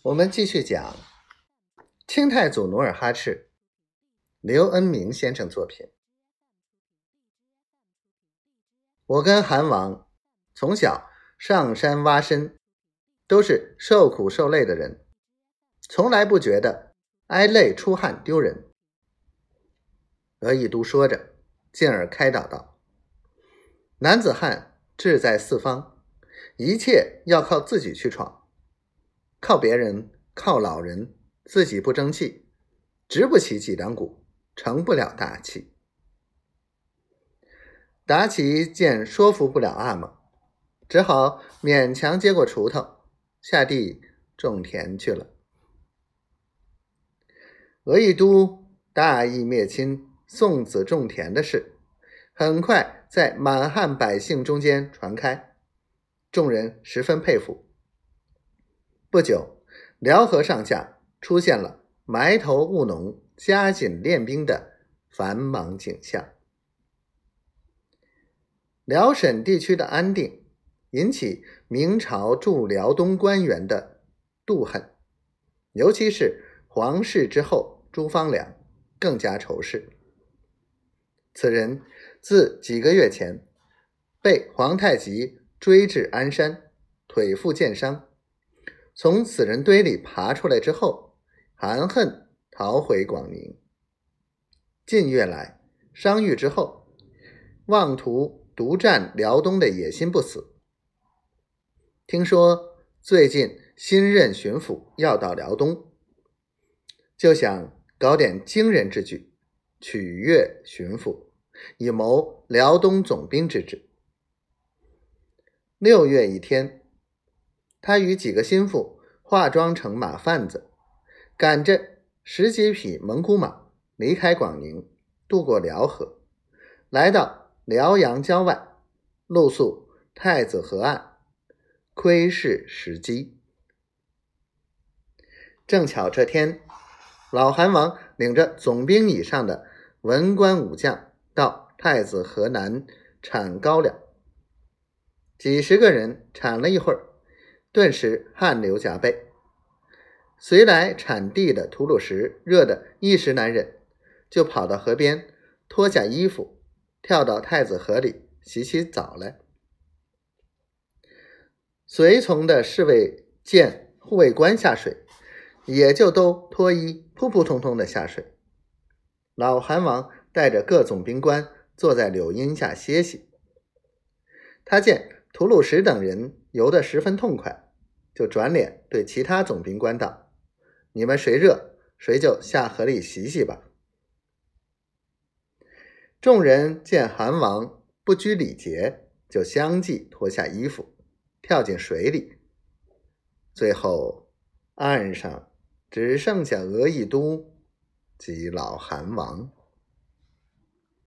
我们继续讲清太祖努尔哈赤，刘恩明先生作品。我跟韩王从小上山挖参，都是受苦受累的人，从来不觉得挨累出汗丢人。额亦都说着，进而开导道：男子汉志在四方，一切要靠自己去闯，靠别人，靠老人，自己不争气，直不起脊梁骨，成不了大器。达奇见说服不了阿猛，只好勉强接过锄头，下地种田去了。额亦都大义灭亲、送子种田的事，很快在满汉百姓中间传开，众人十分佩服。不久，辽河上下出现了埋头务农、加紧练兵的繁忙景象。辽沈地区的安定引起明朝驻辽东官员的妒恨，尤其是皇室之后朱方良更加仇视。此人自几个月前被皇太极追至鞍山，腿腹见伤，从死人堆里爬出来之后，含恨逃回广宁。近月来伤愈之后，妄图独占辽东的野心不死。听说最近新任巡抚要到辽东，就想搞点惊人之举，取悦巡抚，以谋辽东总兵之职。6月一天，他与几个心腹化妆成马贩子，赶着10几匹蒙古马离开广宁，渡过辽河，来到辽阳郊外，露宿太子河岸，窥视时机。正巧这天，老韩王领着总兵以上的文官武将到太子河南产高粱，几十个人产了一会儿，顿时汗流浃背。随来产地的吐鲁什热得一时难忍，就跑到河边脱下衣服，跳到太子河里洗起澡来。随从的侍卫见护卫官下水，也就都脱衣扑扑通通的下水。老韩王带着各总兵官坐在柳荫下歇息。他见吐鲁什等人游得十分痛快，就转脸对其他总兵官道：你们谁热，谁就下河里洗洗吧。众人见韩王不拘礼节，就相继脱下衣服，跳进水里。最后岸上只剩下额亦都及老韩王。